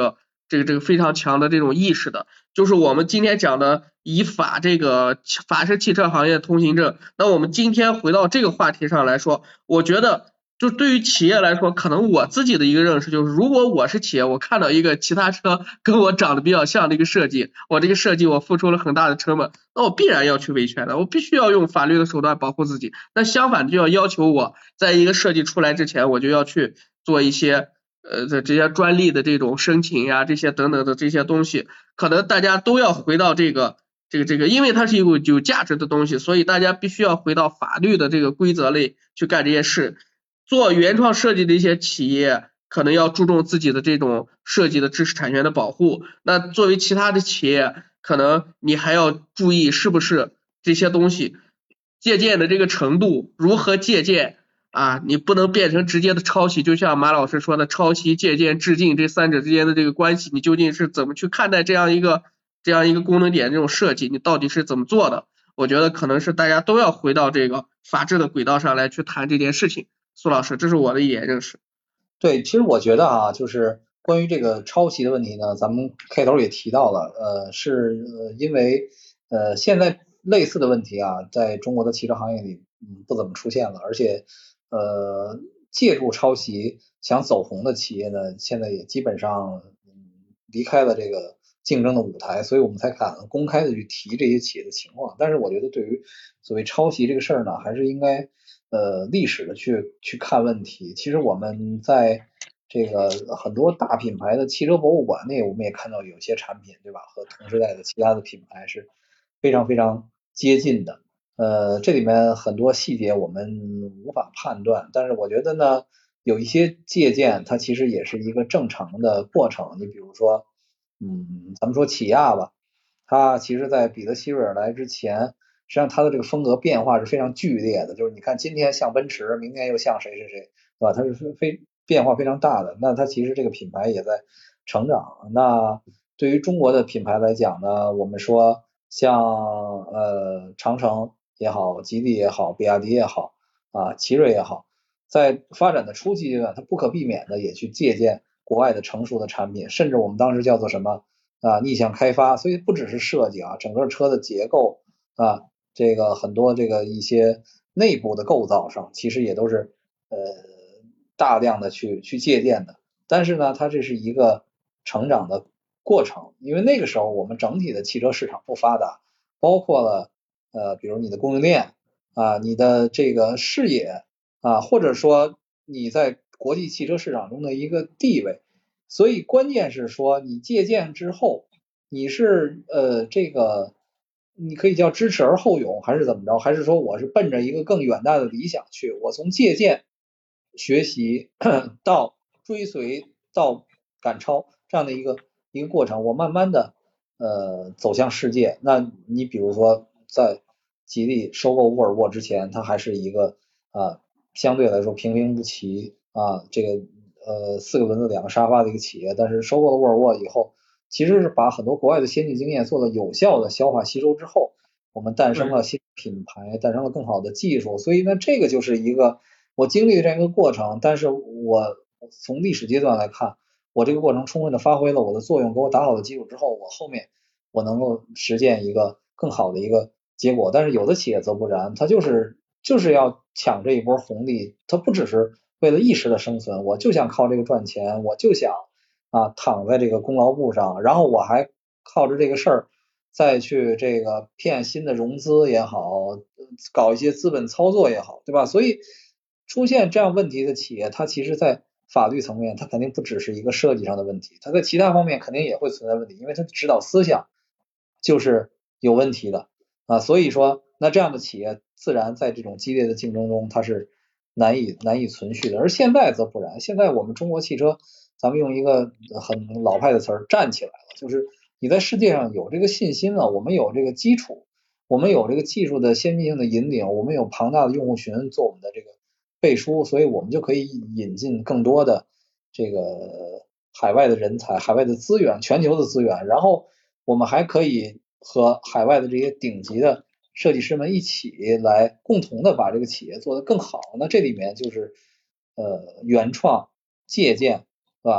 这个非常强的这种意识的，就是我们今天讲的以法这个法是汽车行业通行证。那我们今天回到这个话题上来说，我觉得就对于企业来说，可能我自己的一个认识就是，如果我是企业，我看到一个其他车跟我长得比较像的一个设计，我这个设计我付出了很大的成本，那我必然要去维权的，我必须要用法律的手段保护自己。那相反就要求我在一个设计出来之前，我就要去做一些这些专利的这种申请呀，这些等等的这些东西，可能大家都要回到这个，因为它是一个有价值的东西，所以大家必须要回到法律的这个规则内去干这些事。做原创设计的一些企业，可能要注重自己的这种设计的知识产权的保护。那作为其他的企业，可能你还要注意是不是这些东西借鉴的这个程度，如何借鉴。你不能变成直接的抄袭，就像马老师说的，抄袭、借鉴、致敬这三者之间的这个关系，你究竟是怎么去看待这样一个功能点这种设计，你到底是怎么做的？我觉得可能是大家都要回到这个法治的轨道上来去谈这件事情。苏老师，这是我的一点认识。 对，其实我觉得就是关于这个抄袭的问题呢，咱们开头也提到了，因为现在类似的问题在中国的汽车行业里不怎么出现了，而且借助抄袭想走红的企业呢，现在也基本上离开了这个竞争的舞台，所以我们才敢公开的去提这些企业的情况。但是我觉得对于所谓抄袭这个事儿呢，还是应该历史的去看问题。其实我们在这个很多大品牌的汽车博物馆内，我们也看到有些产品，对吧，和同时代的其他的品牌是非常非常接近的。这里面很多细节我们无法判断，但是我觉得呢，有一些借鉴它其实也是一个正常的过程。你比如说咱们说起亚吧，它其实在彼得希瑞尔来之前，实际上它的这个风格变化是非常剧烈的，就是你看今天像奔驰，明天又像谁谁谁，对吧？它是变化非常大的。那它其实这个品牌也在成长。那对于中国的品牌来讲呢，我们说像长城也好，吉利也好，比亚迪也好奇瑞也好，在发展的初期阶段，它不可避免的也去借鉴国外的成熟的产品，甚至我们当时叫做什么逆向开发。所以不只是设计整个车的结构这个很多这个一些内部的构造上，其实也都是大量的去借鉴的。但是呢，它这是一个成长的过程，因为那个时候我们整体的汽车市场不发达，包括了比如你的供应链你的这个视野或者说你在国际汽车市场中的一个地位。所以关键是说你借鉴之后，你是这个你可以叫知耻而后勇，还是怎么着，还是说我是奔着一个更远大的理想去，我从借鉴学习到追随到赶超这样的一个过程，我慢慢的走向世界。那你比如说在吉利收购沃尔沃之前，它还是一个相对来说平平无奇这个4个轮子2个沙发的一个企业。但是收购了沃尔沃以后，其实是把很多国外的先进经验做了有效的消化吸收之后，我们诞生了新品牌，诞生了更好的技术。所以呢，这个就是一个我经历这样一个过程。但是我从历史阶段来看，我这个过程充分的发挥了我的作用，给我打好的基础之后，我后面我能够实现一个更好的一个结果。但是有的企业则不然，它就是要抢这一波红利，它不只是为了一时的生存，我就想靠这个赚钱，我就想躺在这个功劳簿上，然后我还靠着这个事儿再去这个骗新的融资也好，搞一些资本操作也好，对吧？所以出现这样问题的企业，它其实在法律层面它肯定不只是一个设计上的问题，它在其他方面肯定也会存在问题，因为它的指导思想就是有问题的所以说那这样的企业自然在这种激烈的竞争中它是难以存续的。而现在则不然，现在我们中国汽车，咱们用一个很老派的词儿站起来了，就是你在世界上有这个信心了，我们有这个基础，我们有这个技术的先进性的引领，我们有庞大的用户群做我们的这个背书，所以我们就可以引进更多的这个海外的人才、海外的资源、全球的资源，然后我们还可以和海外的这些顶级的设计师们一起来共同的把这个企业做得更好。那这里面就是原创、借鉴，是吧？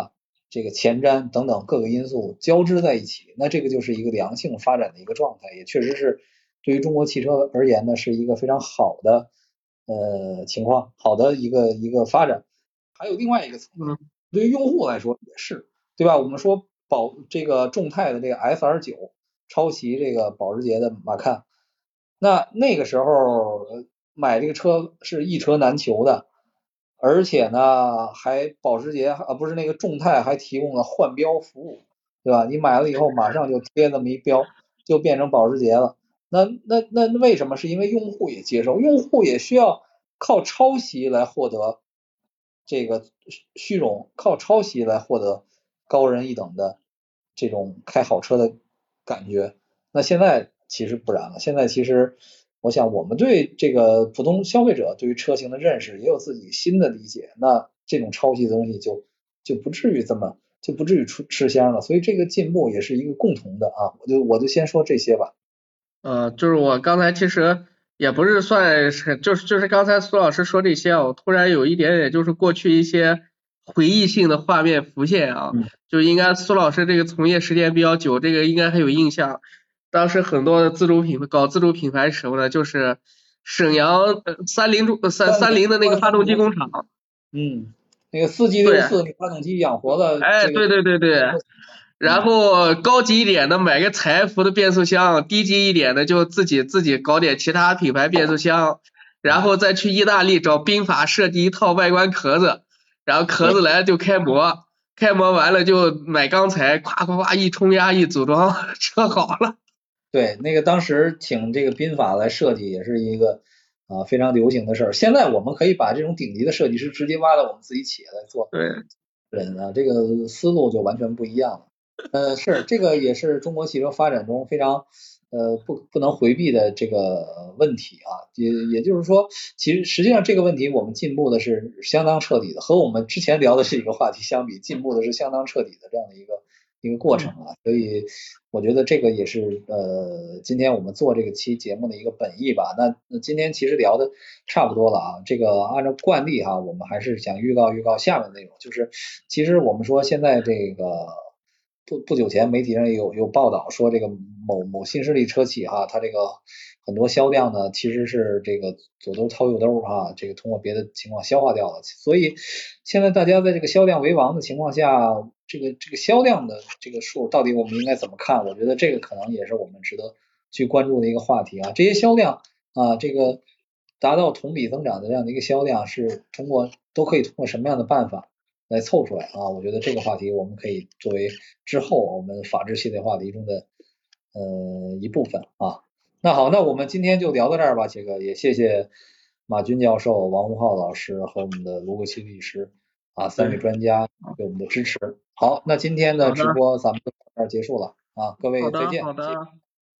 这个前瞻等等各个因素交织在一起，那这个就是一个良性发展的一个状态，也确实是对于中国汽车而言呢，是一个非常好的情况，好的一个发展。还有另外一个层面，对于用户来说也是，对吧？我们说这个众泰的这个 SR9 抄袭这个保时捷的马看，那个时候买这个车是一车难求的，而且呢还保时捷不是那个众泰还提供了换标服务，对吧？你买了以后马上就贴这么一标，就变成保时捷了。那为什么？是因为用户也接受，用户也需要靠抄袭来获得这个虚荣，靠抄袭来获得高人一等的这种开好车的感觉。那现在其实不然了，现在其实我想我们对这个普通消费者对于车型的认识也有自己新的理解，那这种抄袭的东西就不至于吃香了，所以这个进步也是一个共同的啊。我就先说这些吧。 就是我刚才其实也不是算是，就是刚才苏老师说这些啊，我突然有一点点就是过去一些回忆性的画面浮现啊，就应该苏老师这个从业时间比较久，这个应该还有印象。当时很多的搞自主品牌是什么呢？就是沈阳三菱的那个发动机工厂。 那个4G64那发动机养活了这个。 对。然后高级一点的买个采孚的变速箱，低级一点的就自己搞点其他品牌变速箱，然后再去意大利找宾法设计一套外观壳子，然后壳子来了就开模，开模完了就买钢材，咵一冲压一组装，车好了。 对，那个当时请这个宾法来设计也是一个非常流行的事儿。现在我们可以把这种顶级的设计师直接挖到我们自己企业来做， 对， 人啊，这个思路就完全不一样了。是这个也是中国汽车发展中非常不能回避的这个问题啊。也就是说，实际上这个问题我们进步的是相当彻底的，和我们之前聊的这个话题相比，进步的是相当彻底的这样的一个过程啊。所以我觉得这个也是今天我们做这个期节目的一个本意吧。那今天其实聊的差不多了啊，这个按照惯例哈，我们还是想预告下面的内容，就是其实我们说现在这个不久前媒体上有报道说这个某新势力车企哈，它这个很多销量呢其实是这个左兜掏右兜哈，这个通过别的情况消化掉了。所以现在大家在这个销量为王的情况下，这个销量的这个数到底我们应该怎么看？我觉得这个可能也是我们值得去关注的一个话题啊。这些销量啊，这个达到同比增长的这样的一个销量是都可以通过什么样的办法来凑出来啊？我觉得这个话题我们可以作为之后我们法治系列话题中的一部分啊。那好，那我们今天就聊到这儿吧。这个也谢谢马军教授、王洪浩老师和我们的卢国奇律师3位专家对我们的支持。好，那今天的直播咱们就到这儿结束了啊，各位再见。 好的。